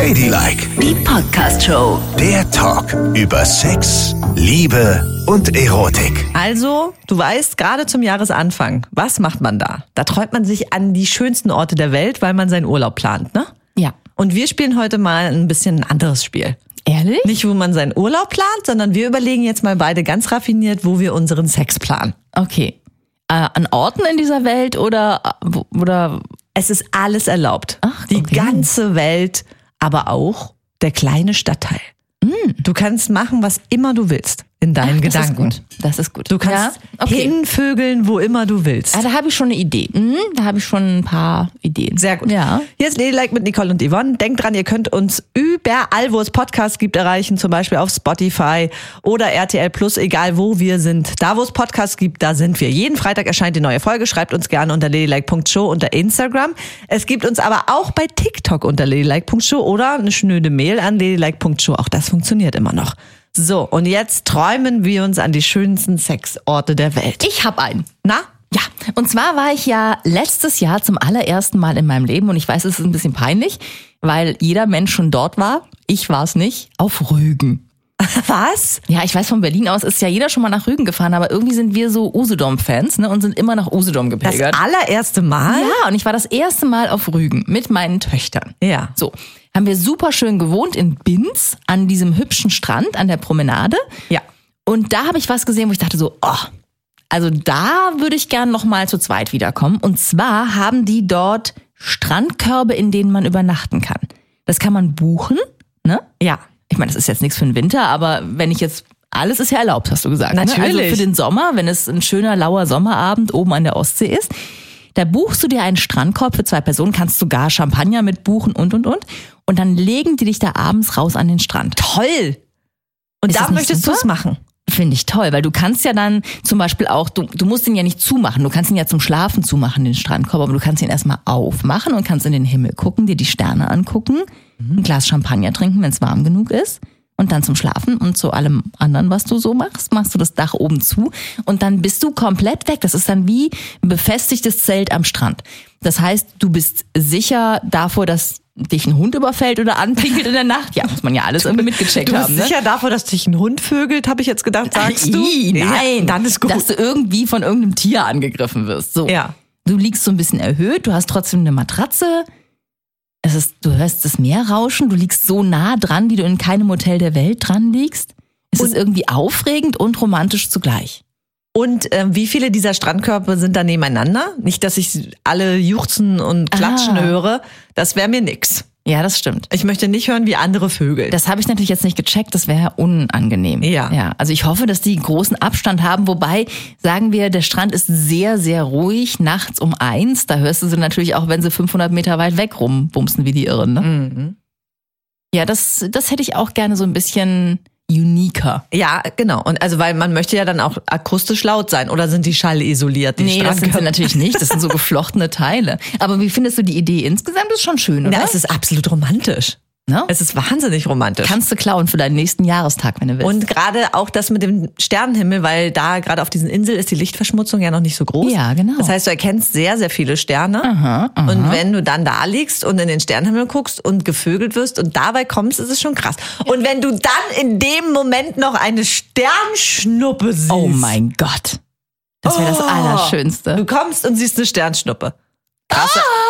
Ladylike, Die Podcast-Show. der Talk über Sex, Liebe und Erotik. Also, du weißt, gerade zum Jahresanfang, was macht man da? Da träumt man sich an die schönsten Orte der Welt, weil man seinen Urlaub plant, ne? Ja. Und wir spielen heute mal ein bisschen ein anderes Spiel. Ehrlich? Nicht, wo man seinen Urlaub plant, sondern wir überlegen jetzt mal beide ganz raffiniert, wo wir unseren Sex planen. Okay. An Orten in dieser Welt oder Es ist alles erlaubt. Ach, die okay. ganze Welt, aber auch der kleine Stadtteil. Du kannst machen, was immer du willst in deinen Gedanken. Das ist gut. Du kannst hinvögeln, wo immer du willst. Ja, da habe ich schon eine Idee. Da habe ich schon ein paar Ideen. Sehr gut. Ja. Hier ist Ladylike mit Nicole und Yvonne. Denkt dran, ihr könnt uns überall, wo es Podcasts gibt, erreichen. Zum Beispiel auf Spotify oder RTL Plus, egal wo wir sind. Da, wo es Podcasts gibt, da sind wir. Jeden Freitag erscheint die neue Folge. Schreibt uns gerne unter ladylike.show unter Instagram. Es gibt uns aber auch bei TikTok unter ladylike.show oder eine schnöde Mail an ladylike.show. Auch das funktioniert immer noch. So, und jetzt träumen wir uns an die schönsten Sexorte der Welt. Ich habe einen. Na? Ja, und zwar war ich ja letztes Jahr zum allerersten Mal in meinem Leben, und ich weiß, es ist ein bisschen peinlich, weil jeder Mensch schon dort war, ich war es nicht, auf Rügen. Was? Ja, ich weiß, von Berlin aus ist ja jeder schon mal nach Rügen gefahren, aber irgendwie sind wir so Usedom-Fans, ne, und sind immer nach Usedom Das gepilgert. allererste Mal? Ja, und ich war das erste Mal auf Rügen mit meinen Töchtern. Ja. So, haben wir super schön gewohnt in Binz an diesem hübschen Strand an der Promenade. Ja. Und da habe ich was gesehen, wo ich dachte so, also da würde ich gern noch mal zu zweit wiederkommen. Und zwar haben die dort Strandkörbe, in denen man übernachten kann. Das kann man buchen, ne? Ja. Ich meine, das ist jetzt nichts für den Winter, aber wenn ich jetzt, alles ist ja erlaubt, hast du gesagt. Natürlich. Ne? Also für den Sommer, wenn es ein schöner, lauer Sommerabend oben an der Ostsee ist, da buchst du dir einen Strandkorb für 2 Personen, kannst sogar Champagner mit buchen und. Und dann legen die dich da abends raus an den Strand. Toll. Und Ist da das nicht möchtest du super? es machen. Finde ich toll, weil du kannst ja dann zum Beispiel auch, du musst ihn ja nicht zumachen, du kannst ihn ja zum Schlafen zumachen, den Strandkorb, aber du kannst ihn erstmal aufmachen und kannst in den Himmel gucken, dir die Sterne angucken, ein Glas Champagner trinken, wenn es warm genug ist, und dann zum Schlafen und zu allem anderen, was du so machst du das Dach oben zu und dann bist du komplett weg. Das ist dann wie ein befestigtes Zelt am Strand. Das heißt, du bist sicher davor, dass dich ein Hund überfällt oder anpinkelt in der Nacht. Ja, muss man ja alles irgendwie mitgecheckt Du bist haben. Ne? sicher davor, dass dich ein Hund vögelt, habe ich jetzt gedacht, sagst du? Nein, Ja, dann ist gut. Dass du irgendwie von irgendeinem Tier angegriffen wirst. So. Ja. Du liegst so ein bisschen erhöht, du hast trotzdem eine Matratze. Du hörst das Meer rauschen, du liegst so nah dran, wie du in keinem Hotel der Welt dran liegst. Es ist irgendwie aufregend und romantisch zugleich. Und wie viele dieser Strandkörper sind da nebeneinander? Nicht, dass ich alle juchzen und klatschen höre. Das wäre mir nix. Ja, das stimmt. Ich möchte nicht hören, wie andere vögeln. Das habe ich natürlich jetzt nicht gecheckt, das wäre unangenehm. Ja. Also ich hoffe, dass die großen Abstand haben, wobei, sagen wir, der Strand ist sehr, sehr ruhig, nachts um 1, da hörst du sie natürlich auch, wenn sie 500 Meter weit weg rumbumsen wie die Irren. Ne? Mhm. Ja, das hätte ich auch gerne so ein bisschen uniker. Ja, genau. Und also, weil man möchte ja dann auch akustisch laut sein. Oder sind die schallisoliert, die Nee, das sind sie Strandkörper? natürlich nicht, das sind so geflochtene Teile. Aber wie findest du die Idee insgesamt? Das ist schon schön, oder? Ja, es ist absolut romantisch. Ne? Es ist wahnsinnig romantisch. Kannst du klauen für deinen nächsten Jahrestag, wenn du willst. Und gerade auch das mit dem Sternenhimmel, weil da gerade auf diesen Inseln ist die Lichtverschmutzung ja noch nicht so groß. Ja, genau. Das heißt, du erkennst sehr, sehr viele Sterne. Aha. Und wenn du dann da liegst und in den Sternenhimmel guckst und gevögelt wirst und dabei kommst, ist es schon krass. Und wenn du dann in dem Moment noch eine Sternschnuppe siehst. Oh mein Gott. Das wäre das Allerschönste. Du kommst und siehst eine Sternschnuppe. Krass.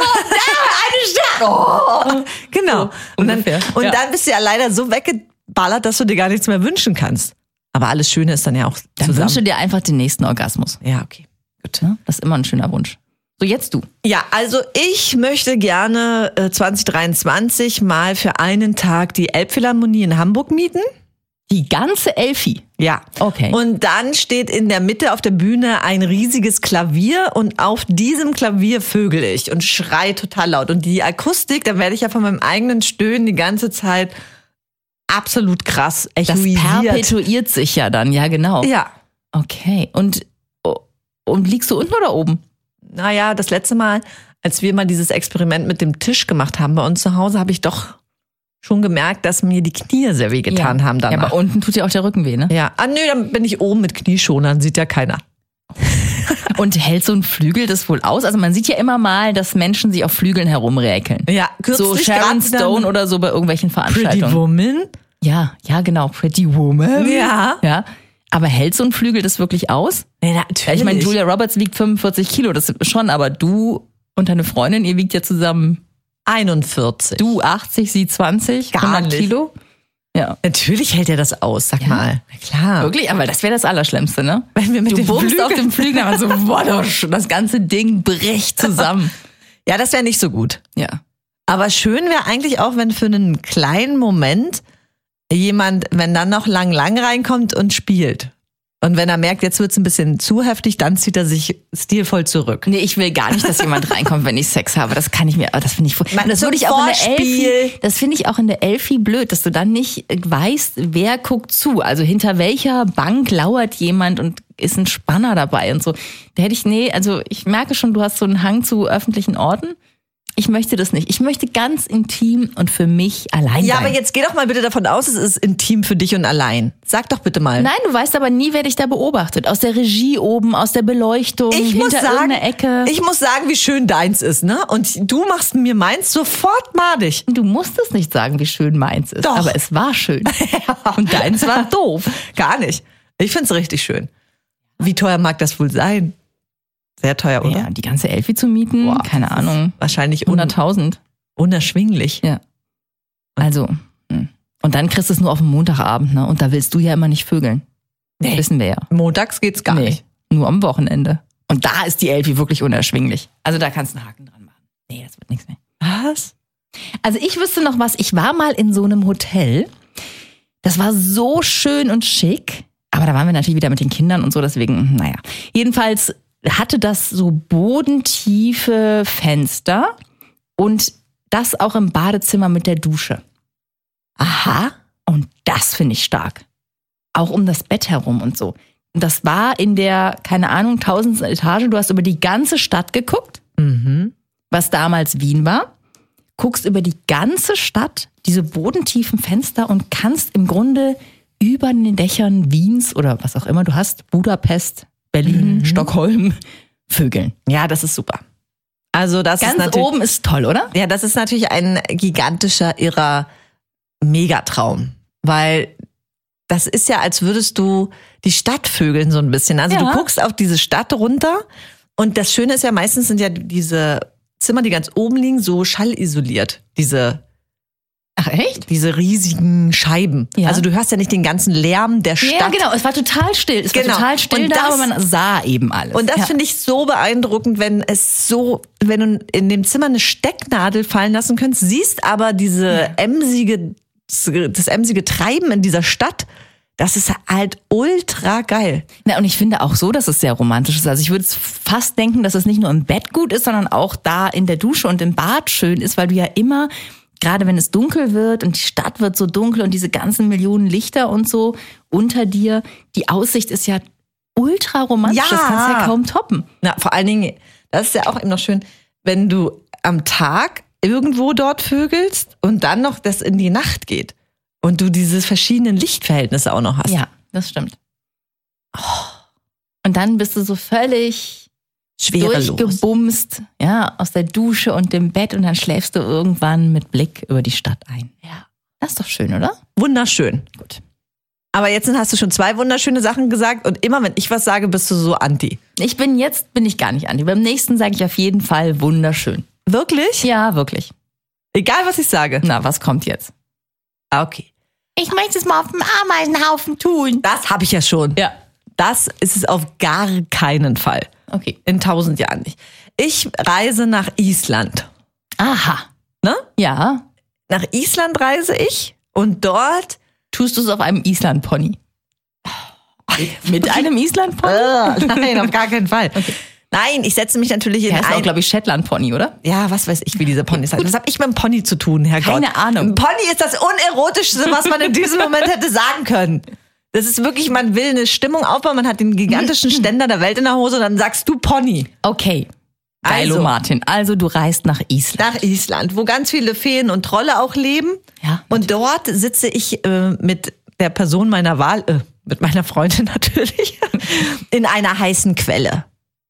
Eine Stern. Genau. Und dann bist du ja leider so weggeballert, dass du dir gar nichts mehr wünschen kannst. Aber alles Schöne ist dann ja auch Dann zusammen. wünsche dir einfach den nächsten Orgasmus. Ja, okay. Gut. Ne? Das ist immer ein schöner Wunsch. So, jetzt du. Ja, also ich möchte gerne 2023 mal für einen Tag die Elbphilharmonie in Hamburg mieten. Die ganze Elfi. Ja. Okay. Und dann steht in der Mitte auf der Bühne ein riesiges Klavier und auf diesem Klavier vögel ich und schrei total laut. Und die Akustik, da werde ich ja von meinem eigenen Stöhnen die ganze Zeit absolut krass Das echoisiert. perpetuiert sich ja dann, ja genau. Ja. Okay. Und liegst du unten oder oben? Naja, das letzte Mal, als wir mal dieses Experiment mit dem Tisch gemacht haben bei uns zu Hause, habe ich doch schon gemerkt, dass mir die Knie sehr weh getan haben danach. Ja, aber unten tut ja auch der Rücken weh, ne? Ja. Ah, nö, dann bin ich oben mit Knieschonern, sieht ja keiner. Und hält so ein Flügel das wohl aus? Also man sieht ja immer mal, dass Menschen sich auf Flügeln herumräkeln. Ja, so kürzlich Sharon grad Stone oder so bei irgendwelchen Veranstaltungen. Pretty Woman. Ja, genau, Pretty Woman. Ja. Aber hält so ein Flügel das wirklich aus? Ja, natürlich. Ja, ich meine, Julia Roberts wiegt 45 Kilo, das schon, aber du und deine Freundin, ihr wiegt ja zusammen 41. Du 80, sie 20, Gar 100 nicht. Kilo. Ja. Natürlich hält er das aus, sag mal. Na klar. Wirklich, aber das wäre das Allerschlimmste, ne? Wenn wir mit du den bummst Flügeln- auf dem Flügel, aber so, boah, das ganze Ding bricht zusammen. Ja, das wäre nicht so gut. Ja. Aber schön wäre eigentlich auch, wenn für einen kleinen Moment jemand, wenn dann noch lang reinkommt und spielt. Und wenn er merkt, jetzt wird's ein bisschen zu heftig, dann zieht er sich stilvoll zurück. Nee, ich will gar nicht, dass jemand reinkommt, wenn ich Sex habe. Das kann ich mir, das finde ich, das zum würde ich auch in der Vorspiel. Elfi, das finde ich auch in der Elfi blöd, dass du dann nicht weißt, wer guckt zu. Also hinter welcher Bank lauert jemand und ist ein Spanner dabei und so. Da hätte ich, also ich merke schon, du hast so einen Hang zu öffentlichen Orten. Ich möchte das nicht. Ich möchte ganz intim und für mich allein Ja, sein. aber jetzt geh doch mal bitte davon aus, es ist intim für dich und allein. Sag doch bitte mal. Nein, du weißt aber nie, wer dich da beobachtet. Aus der Regie oben, aus der Beleuchtung, Ich muss hinter sagen, irgendeiner Ecke. ich muss sagen, wie schön deins ist, ne? Und du machst mir meins sofort madig. Du musst es nicht sagen, wie schön meins ist. Doch. Aber es war schön. Und deins war doof. Gar nicht. Ich find's richtig schön. Wie teuer mag das wohl sein? Sehr teuer, oder? Ja, die ganze Elfi zu mieten, Boah, keine das ist Ahnung, Wahrscheinlich 100.000. unerschwinglich. Ja. Also, und dann kriegst du es nur auf den Montagabend, ne? Und da willst du ja immer nicht vögeln. Nee. Wissen wir ja. Montags geht's gar nicht. Nur am Wochenende. Und da ist die Elfi wirklich unerschwinglich. Also da kannst du einen Haken dran machen. Nee, das wird nichts mehr. Was? Also ich wüsste noch was, ich war mal in so einem Hotel. Das war so schön und schick. Aber da waren wir natürlich wieder mit den Kindern und so, deswegen, naja. Jedenfalls hatte das so bodentiefe Fenster und das auch im Badezimmer mit der Dusche. Aha. Und das finde ich stark. Auch um das Bett herum und so. Und das war in der, keine Ahnung, 1000. Etage. Du hast über die ganze Stadt geguckt, was damals Wien war. Guckst über die ganze Stadt, diese bodentiefen Fenster und kannst im Grunde über den Dächern Wiens oder was auch immer du hast, Budapest, Berlin, Stockholm, vögeln. Ja, das ist super. Also das ist Ganz natürlich, oben ist toll, oder? Ja, das ist natürlich ein gigantischer, irrer Megatraum. Weil das ist ja, als würdest du die Stadt vögeln so ein bisschen. Also Ja. du guckst auf diese Stadt runter und das Schöne ist ja, meistens sind ja diese Zimmer, die ganz oben liegen, so schallisoliert. Ach echt? Diese riesigen Scheiben. Ja. Also du hörst ja nicht den ganzen Lärm der Stadt. Ja, genau. Es war total still. Es Genau. war total still Und da, das- aber man sah eben alles. Und das Ja. finde ich so beeindruckend, wenn du in dem Zimmer eine Stecknadel fallen lassen könntest, siehst aber das emsige Treiben in dieser Stadt. Das ist halt ultra geil. Na, und ich finde auch so, dass es sehr romantisch ist. Also ich würde fast denken, dass es nicht nur im Bett gut ist, sondern auch da in der Dusche und im Bad schön ist, weil du ja immer, gerade wenn es dunkel wird und die Stadt wird so dunkel und diese ganzen Millionen Lichter und so unter dir, die Aussicht ist ja ultra romantisch. Ja. Das kannst du ja kaum toppen. Na, vor allen Dingen, das ist ja auch eben noch schön, wenn du am Tag irgendwo dort vögelst und dann noch das in die Nacht geht und du diese verschiedenen Lichtverhältnisse auch noch hast. Ja, das stimmt. Und dann bist du so völlig Schwerelos. durchgebumst, ja, aus der Dusche und dem Bett und dann schläfst du irgendwann mit Blick über die Stadt ein. Ja. Das ist doch schön, oder? Wunderschön. Gut. Aber jetzt hast du schon 2 wunderschöne Sachen gesagt und immer wenn ich was sage, bist du so anti. Bin ich gar nicht anti. Beim nächsten sage ich auf jeden Fall wunderschön. Wirklich? Ja, wirklich. Egal, was ich sage. Na, was kommt jetzt? Ah, okay. Ich möchte es mal auf dem Ameisenhaufen tun. Das habe ich ja schon. Ja. Das ist es auf gar keinen Fall. Okay. In 1000 Jahren nicht. Ich reise nach Island. Aha. Ne? Ja. Nach Island reise ich und dort Tust du es auf einem Island-Pony? Mit einem Island-Pony? nein, auf gar keinen Fall. Nein, ich setze mich natürlich in Der heißt auch, ein... glaube ich, Shetland-Pony, oder? Ja, was weiß ich, wie diese Ponys heißen. Was habe ich mit dem Pony zu tun, Herrgott? Keine Ahnung. Ein Pony ist das Unerotischste, was man in diesem Moment hätte sagen können. Das ist wirklich, man will eine Stimmung aufbauen, man hat den gigantischen Ständer der Welt in der Hose und dann sagst du Pony. Okay. Geilo, Also. Martin. Also du reist nach Island. Nach Island, wo ganz viele Feen und Trolle auch leben. Ja. Und dort sitze ich mit der Person meiner Wahl, mit meiner Freundin natürlich, in einer heißen Quelle.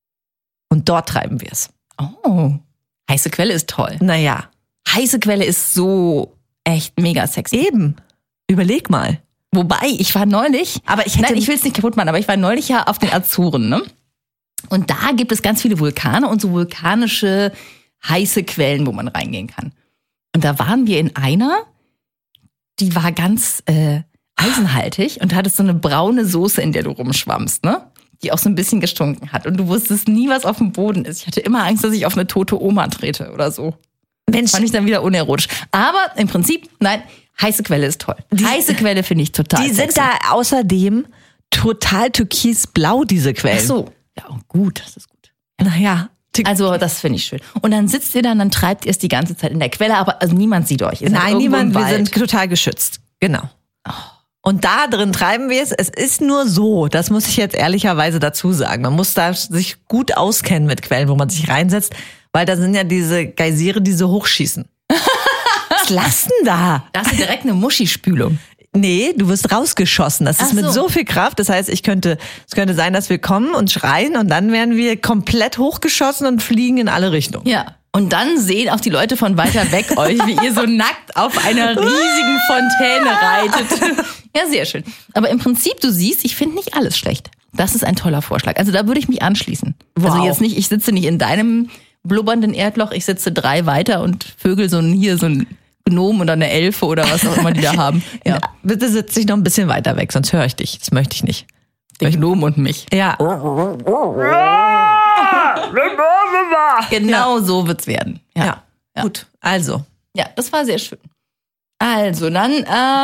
Und dort treiben wir es. Oh, heiße Quelle ist toll. Naja. Heiße Quelle ist so echt mega sexy. Eben. Überleg mal. Wobei, ich war neulich, Aber ich hätte- nein, ich will es nicht kaputt machen, aber ich war neulich ja auf den Azoren, ne? Und da gibt es ganz viele Vulkane und so vulkanische heiße Quellen, wo man reingehen kann. Und da waren wir in einer, die war ganz eisenhaltig und hattest so eine braune Soße, in der du rumschwammst, ne? Die auch so ein bisschen gestunken hat. Und du wusstest nie, was auf dem Boden ist. Ich hatte immer Angst, dass ich auf eine tote Oma trete oder so. Mensch, Fand ich dann wieder unerotisch. Aber im Prinzip, nein, heiße Quelle ist toll. Heiße Quelle finde ich total die sind sexy. da außerdem total türkisblau, diese Quellen. Ach so. Ja, gut, das ist gut. Naja. Also das finde ich schön. Und dann sitzt ihr dann treibt ihr es die ganze Zeit in der Quelle, aber also niemand sieht euch. Ihr seid Nein, irgendwo im niemand, wir Wald. sind total geschützt. Genau. Und da drin treiben wir es. Es ist nur so, das muss ich jetzt ehrlicherweise dazu sagen. Man muss da sich gut auskennen mit Quellen, wo man sich reinsetzt, weil da sind ja diese Geysire, die so hochschießen. Was lassen da? Da hast du direkt eine Muschispülung. Nee, du wirst rausgeschossen. Das ist Ach mit so. so viel Kraft. Das heißt, es könnte sein, dass wir kommen und schreien und dann werden wir komplett hochgeschossen und fliegen in alle Richtungen. Ja. Und dann sehen auch die Leute von weiter weg euch, wie ihr so nackt auf einer riesigen Fontäne reitet. Ja, sehr schön. Aber im Prinzip, du siehst, ich finde nicht alles schlecht. Das ist ein toller Vorschlag. Also da würde ich mich anschließen. Wow. Also jetzt nicht, ich sitze nicht in deinem blubbernden Erdloch, ich sitze 3 weiter und vögel so ein Gnom oder eine Elfe oder was auch immer die da haben. Ja. Bitte setz dich noch ein bisschen weiter weg, sonst höre ich dich. Das möchte ich nicht. Den Gnom und mich. Ja. Genau so wird's werden. Ja. Gut. Also. Ja, das war sehr schön. Also, dann,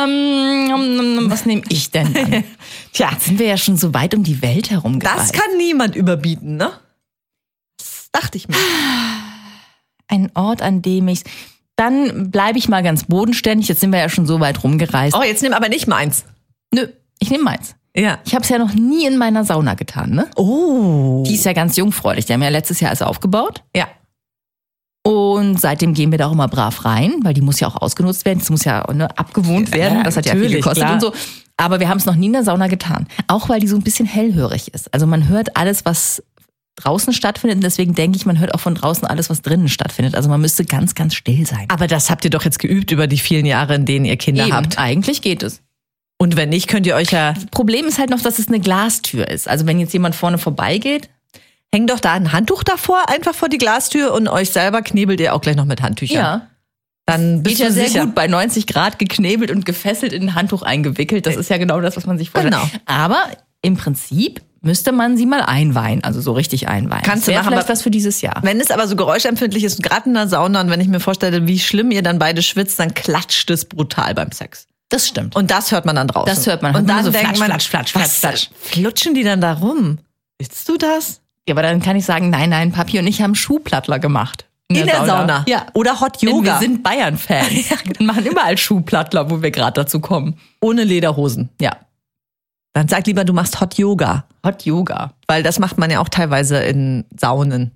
was nehme ich denn dann? Tja, Jetzt sind wir ja schon so weit um die Welt herumgereist. das kann niemand überbieten, ne? Das dachte ich mir. Ein Ort, an dem ich... Dann bleibe ich mal ganz bodenständig. Jetzt sind wir ja schon so weit rumgereist. Oh, jetzt nimm aber nicht meins. Nö, ich nehme meins. Ja. Ich habe es ja noch nie in meiner Sauna getan, ne? Oh. Die ist ja ganz jungfräulich. Die haben ja letztes Jahr also aufgebaut. Ja. Und seitdem gehen wir da auch immer brav rein, weil die muss ja auch ausgenutzt werden. Das muss ja abgewohnt werden. Ja, Das hat ja viel natürlich, gekostet klar. und so. Aber wir haben es noch nie in der Sauna getan. Auch weil die so ein bisschen hellhörig ist. Also man hört alles, was draußen stattfindet. Und deswegen denke ich, man hört auch von draußen alles, was drinnen stattfindet. Also man müsste ganz, ganz still sein. Aber das habt ihr doch jetzt geübt über die vielen Jahre, in denen ihr Kinder Eben, habt. eigentlich geht es. Und wenn nicht, könnt ihr euch ja... Problem ist halt noch, dass es eine Glastür ist. Also wenn jetzt jemand vorne vorbeigeht, Häng doch da ein Handtuch davor, einfach vor die Glastür und euch selber knebelt ihr auch gleich noch mit Handtüchern. ja, Dann geht bist ja du sehr sicher. gut bei 90 Grad geknebelt und gefesselt in ein Handtuch eingewickelt. Das ist ja genau das, was man sich vorstellt. Genau. Aber im Prinzip müsste man sie mal einweihen, also so richtig einweihen. Kannst du Wäre machen, vielleicht aber- was für dieses Jahr. Wenn es aber so geräuschempfindlich ist, gerade in der Sauna, und wenn ich mir vorstelle, wie schlimm ihr dann beide schwitzt, dann klatscht es brutal beim Sex. Das stimmt. Und das hört man dann draußen. Das hört man. Und Hört man dann so denkt flatsch, man, flatsch, flatsch, was flatsch, flatsch. flutschen die dann da rum? Willst du das? Ja, aber dann kann ich sagen, nein, Papi und ich haben Schuhplattler gemacht. In der Sauna? Ja. Oder Hot Denn Yoga? wir sind Bayern-Fans und machen überall Schuhplattler, wo wir gerade dazu kommen. Ohne Lederhosen. Ja, Dann sag lieber, du machst Hot Yoga. Hot Yoga. Weil das macht man ja auch teilweise in Saunen.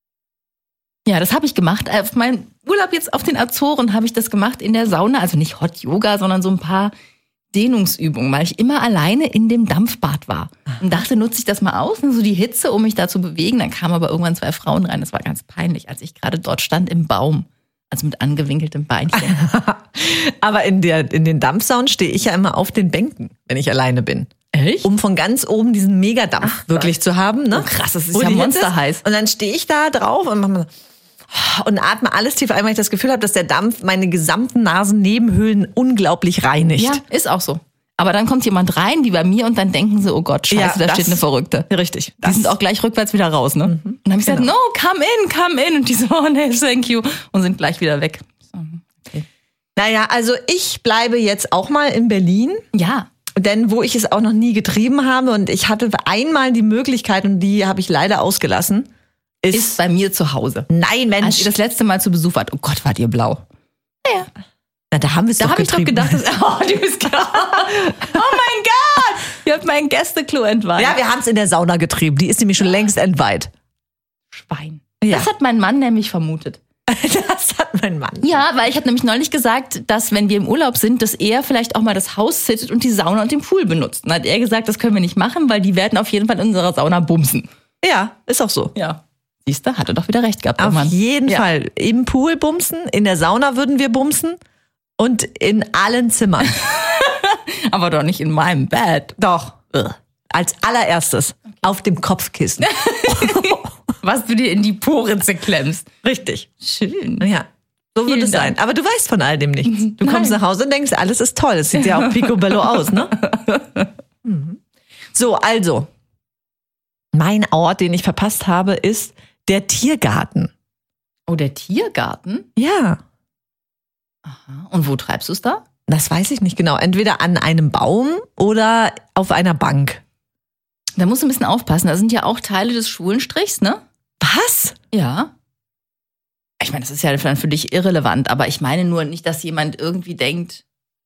Ja, das habe ich gemacht. Auf meinem Urlaub jetzt auf den Azoren habe ich das gemacht in der Sauna. Also nicht Hot Yoga, sondern so ein paar Dehnungsübungen, weil ich immer alleine in dem Dampfbad war. Und dachte, nutze ich das mal aus, so die Hitze, um mich da zu bewegen. Dann kamen aber irgendwann 2 Frauen rein. Das war ganz peinlich, als ich gerade dort stand im Baum. Also mit angewinkeltem Beinchen. Aber in den Dampfsaunen stehe ich ja immer auf den Bänken, wenn ich alleine bin. Echt? Um von ganz oben diesen Megadampf wirklich zu haben. Ne? Oh, krass, das ist Wo ja die Hitze monsterheiß. Und dann stehe ich da drauf und mache mal so und atme alles tief ein, weil ich das Gefühl habe, dass der Dampf meine gesamten Nasennebenhöhlen unglaublich reinigt. Ja, ist auch so. Aber dann kommt jemand rein, wie bei mir, und dann denken sie, oh Gott, scheiße, Ja, da das- steht eine Verrückte. Richtig. Die sind auch gleich rückwärts wieder raus, ne? Und dann habe ich gesagt, Genau. no, come in. Und die so, oh nee, thank you. Und sind gleich wieder weg. So, okay. Naja, also ich bleibe jetzt auch mal in Berlin. Ja. Denn wo ich es auch noch nie getrieben habe und ich hatte einmal die Möglichkeit und die habe ich leider ausgelassen, Ist bei mir zu Hause. nein, Als Mensch, ihr das letzte Mal zu Besuch wart, oh Gott, wart ihr blau. na, da haben wir es Da doch habe ich doch getrieben. gedacht, du bist oh mein Gott, ihr habt mein Gästeklo entweiht. Ja, wir haben es in der Sauna getrieben. Die ist nämlich schon längst entweiht. Schwein. Ja. Das hat mein Mann nämlich vermutet. Das hat mein Mann. Ja, weil ich habe nämlich neulich gesagt, dass wenn wir im Urlaub sind, dass er vielleicht auch mal das Haus sittet und die Sauna und den Pool benutzt. Und dann hat er gesagt, das können wir nicht machen, weil die werden auf jeden Fall in unserer Sauna bumsen. Ja, ist auch so. Ja. Siehst du, hatte doch wieder recht gehabt. Auf Mann. jeden Fall. Im Pool bumsen, in der Sauna würden wir bumsen und in allen Zimmern. Aber doch nicht in meinem Bett. Doch. Als allererstes. Auf dem Kopfkissen. Was du dir in die Poritze klemmst. Richtig. Schön. Ja. So wird Vielen es sein. Dank. Aber du weißt von all dem nichts. Du kommst Nein. nach Hause und denkst, alles ist toll. Es sieht ja auch picobello aus, ne? Mhm. So, also. Mein Ort, den ich verpasst habe, ist der Tiergarten. Oh, der Tiergarten? Ja. Aha. Und wo treibst du es da? Das weiß ich nicht genau. Entweder an einem Baum oder auf einer Bank. Da musst du ein bisschen aufpassen. Da sind ja auch Teile des Schulenstrichs, ne? Was? Ja. Ich meine, das ist ja dann für dich irrelevant, aber ich meine nur nicht, dass jemand irgendwie denkt,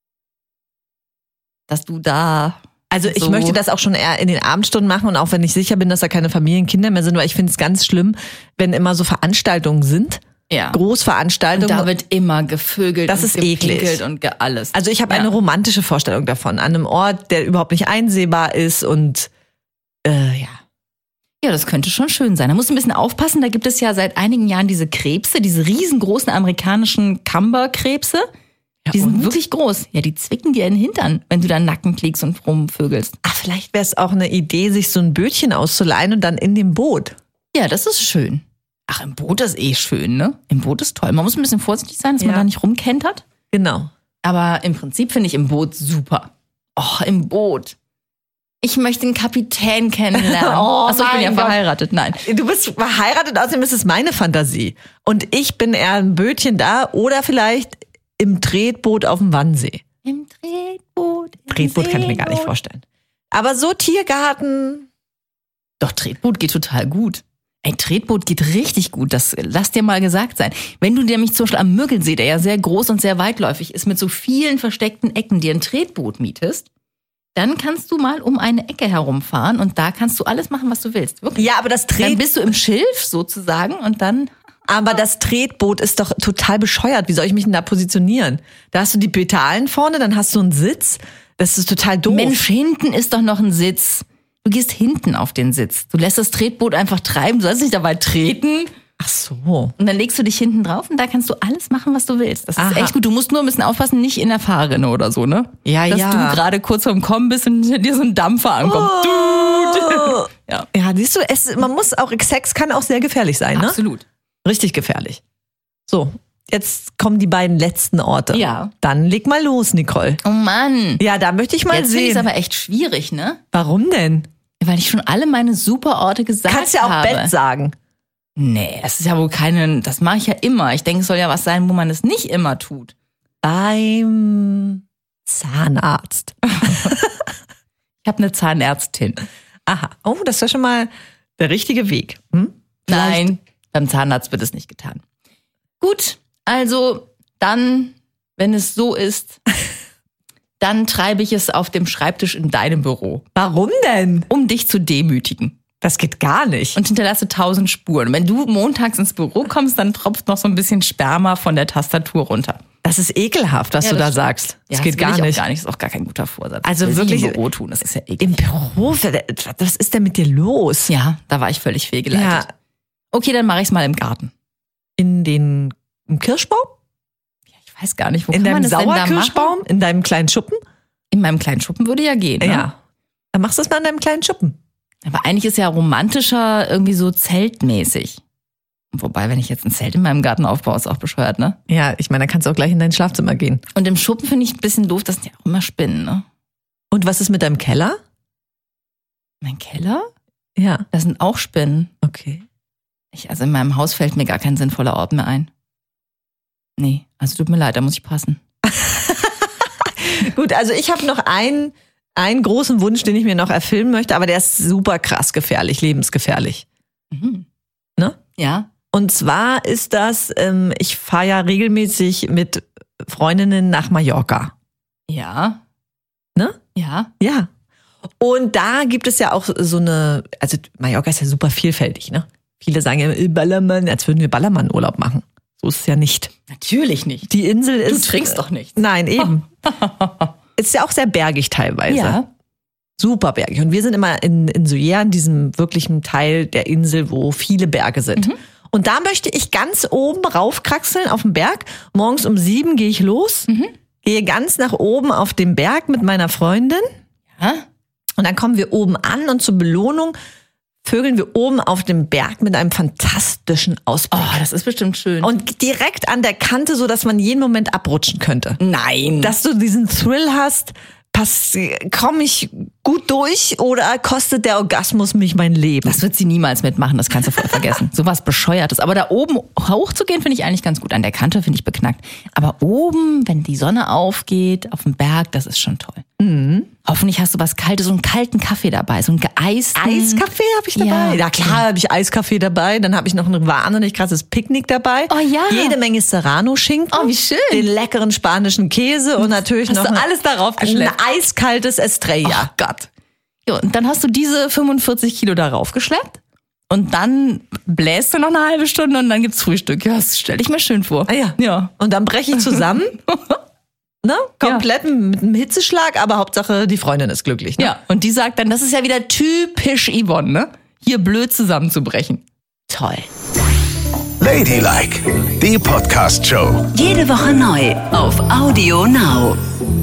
dass du da. Also ich so möchte das auch schon eher in den Abendstunden machen und auch wenn ich sicher bin, dass da keine Familienkinder mehr sind, weil ich finde es ganz schlimm, wenn immer so Veranstaltungen sind, Ja. Großveranstaltungen. Und da wird immer gevögelt Das und ist eklig. gepinkelt und alles. Also ich habe eine romantische Vorstellung davon, an einem Ort, der überhaupt nicht einsehbar ist und ja. Ja, das könnte schon schön sein. Da musst du ein bisschen aufpassen. Da gibt es ja seit einigen Jahren diese Krebse, diese riesengroßen amerikanischen Camber-Krebse. Ja, Die sind und? wirklich groß. Ja, die zwicken dir in den Hintern, wenn du da Nacken klickst und rumvögelst. Ach, vielleicht wäre es auch eine Idee, sich so ein Bötchen auszuleihen und dann in dem Boot. Ja, das ist schön. Ach, im Boot ist eh schön, ne? Im Boot ist toll. Man muss ein bisschen vorsichtig sein, dass man Ja. da nicht rumkentert. Genau. Aber im Prinzip finde ich im Boot super. Oh, im Boot. Ich möchte einen Kapitän kennenlernen. Oh, Achso, ich bin ja mein Gott. verheiratet. Nein. Du bist verheiratet, außerdem ist es meine Fantasie. Und ich bin eher ein Bötchen da oder vielleicht im Tretboot auf dem Wannsee. Im Tretboot. Tretboot kann ich mir gar nicht vorstellen. Aber so Tiergarten. Doch, Tretboot geht total gut. Ein Tretboot geht richtig gut, das lass dir mal gesagt sein. Wenn du nämlich zum Beispiel am Müggelsee, der ja sehr groß und sehr weitläufig ist, mit so vielen versteckten Ecken, dir ein Tretboot mietest, dann kannst du mal um eine Ecke herumfahren und da kannst du alles machen, was du willst. Wirklich. Ja, aber das Dann bist du im Schilf sozusagen und dann... Aber das Tretboot ist doch total bescheuert. Wie soll ich mich denn da positionieren? Da hast du die Pedalen vorne, dann hast du einen Sitz. Das ist total doof. Mensch, hinten ist doch noch ein Sitz. Du gehst hinten auf den Sitz. Du lässt das Tretboot einfach treiben, du sollst nicht dabei treten. Ach so. Und dann legst du dich hinten drauf und da kannst du alles machen, was du willst. Das ist Aha. echt gut. Du musst nur ein bisschen aufpassen, nicht in der Fahrrinne oder so, ne? Ja, Dass ja. du gerade kurz vorm Kommen bist und dir so ein Dampfer ankommt. Oh. Ja. Ja, siehst du, man muss auch, Sex kann auch sehr gefährlich sein, ne? Absolut. Richtig gefährlich. So, jetzt kommen die beiden letzten Orte. Ja. Dann leg mal los, Nicole. Oh Mann. Ja, da möchte ich mal Jetzt finde ich es sehen. aber echt schwierig, ne? Warum denn? Weil ich schon alle meine Superorte gesagt Kannst ja auch habe. Bett sagen. Nee, das ist ja wohl das mache ich ja immer. Ich denke, es soll ja was sein, wo man es nicht immer tut. Beim Zahnarzt. Ich habe eine Zahnärztin. Aha. Oh, das ist ja schon mal der richtige Weg. Hm? Nein, beim Zahnarzt wird es nicht getan. Gut, also dann, wenn es so ist, dann treibe ich es auf dem Schreibtisch in deinem Büro, Warum denn? um dich zu demütigen. Das geht gar nicht. Und hinterlasse 1000 Spuren. Und wenn du montags ins Büro kommst, dann tropft noch so ein bisschen Sperma von der Tastatur runter. Das ist ekelhaft, was Ja, du da das sagst. Das Ja, geht will gar ich nicht. Auch gar nicht. Das ist auch gar kein guter Vorsatz. Also Das will wirklich ich im Büro tun, das ist ja eklig. Im Büro? Was ist denn mit dir los? Ja, da war ich völlig fehlgeleitet. Ja. Okay, dann mache ich es mal im Garten. Im Kirschbaum? Ich weiß gar nicht, wo In kann man deinem das denn da machen? Sauerkirschbaum? In deinem kleinen Schuppen? In meinem kleinen Schuppen würde ja gehen. Ne? Ja. Dann machst du es mal in deinem kleinen Schuppen. Aber eigentlich ist ja romantischer irgendwie so zeltmäßig. Wobei, wenn ich jetzt ein Zelt in meinem Garten aufbaue, ist auch bescheuert, ne? Ja, ich meine, dann kannst du auch gleich in dein Schlafzimmer gehen. Und im Schuppen finde ich ein bisschen doof, das sind ja auch immer Spinnen, ne? Und was ist mit deinem Keller? Mein Keller? Ja. Da sind auch Spinnen. Okay. Also in meinem Haus fällt mir gar kein sinnvoller Ort mehr ein. Nee, also tut mir leid, da muss ich passen. Gut, also ich habe noch einen großen Wunsch, den ich mir noch erfüllen möchte, aber der ist super krass gefährlich, lebensgefährlich. Mhm. Ne? Ja? Und zwar ist das, ich fahre ja regelmäßig mit Freundinnen nach Mallorca. Ja. Ne? Ja. Ja. Und da gibt es ja auch so eine, also Mallorca ist ja super vielfältig, ne? Viele sagen ja, Ballermann, als würden wir Ballermann-Urlaub machen. So ist es ja nicht. Natürlich nicht. Die Insel ist... Du trinkst doch nichts. Nein, eben. Ist ja auch sehr bergig teilweise. Ja. Super bergig. Und wir sind immer in Soyer, in diesem wirklichen Teil der Insel, wo viele Berge sind. Und da möchte ich ganz oben raufkraxeln auf den Berg. Morgens um 7 gehe ich los, gehe ganz nach oben auf den Berg mit meiner Freundin. Ja? Und dann kommen wir oben an und zur Belohnung vögeln wir oben auf dem Berg mit einem fantastischen Ausblick. Oh, das ist bestimmt schön. Und direkt an der Kante, so dass man jeden Moment abrutschen könnte. Nein. Dass du diesen Thrill hast, komme ich gut durch oder kostet der Orgasmus mich mein Leben? Das wird sie niemals mitmachen, das kannst du voll vergessen. Sowas Bescheuertes. Aber da oben hochzugehen, finde ich eigentlich ganz gut. An der Kante finde ich beknackt. Aber oben, wenn die Sonne aufgeht, auf dem Berg, das ist schon toll. Hoffentlich hast du was Kaltes, so einen kalten Kaffee dabei, so einen geeisten. Eiskaffee habe ich dabei. Ja klar habe ich Eiskaffee dabei. Dann habe ich noch ein wahnsinnig krasses Picknick dabei. Oh ja. Jede Menge Serrano-Schinken. Oh, wie schön. Den leckeren spanischen Käse und natürlich Hast noch du alles darauf ein geschleppt? eiskaltes Estrella. Oh Gott. Ja, und dann hast du diese 45 Kilo darauf geschleppt. Und dann bläst du noch eine halbe Stunde und dann gibt's Frühstück. Ja, das stelle ich mir schön vor. Ah, Ja. Und dann breche ich zusammen. Ne? Komplett mit einem Hitzeschlag, aber Hauptsache die Freundin ist glücklich. Ne? Ja, und die sagt dann, das ist ja wieder typisch Yvonne, ne? Hier blöd zusammenzubrechen. Toll. Ladylike, die Podcast-Show. Jede Woche neu auf Audio Now.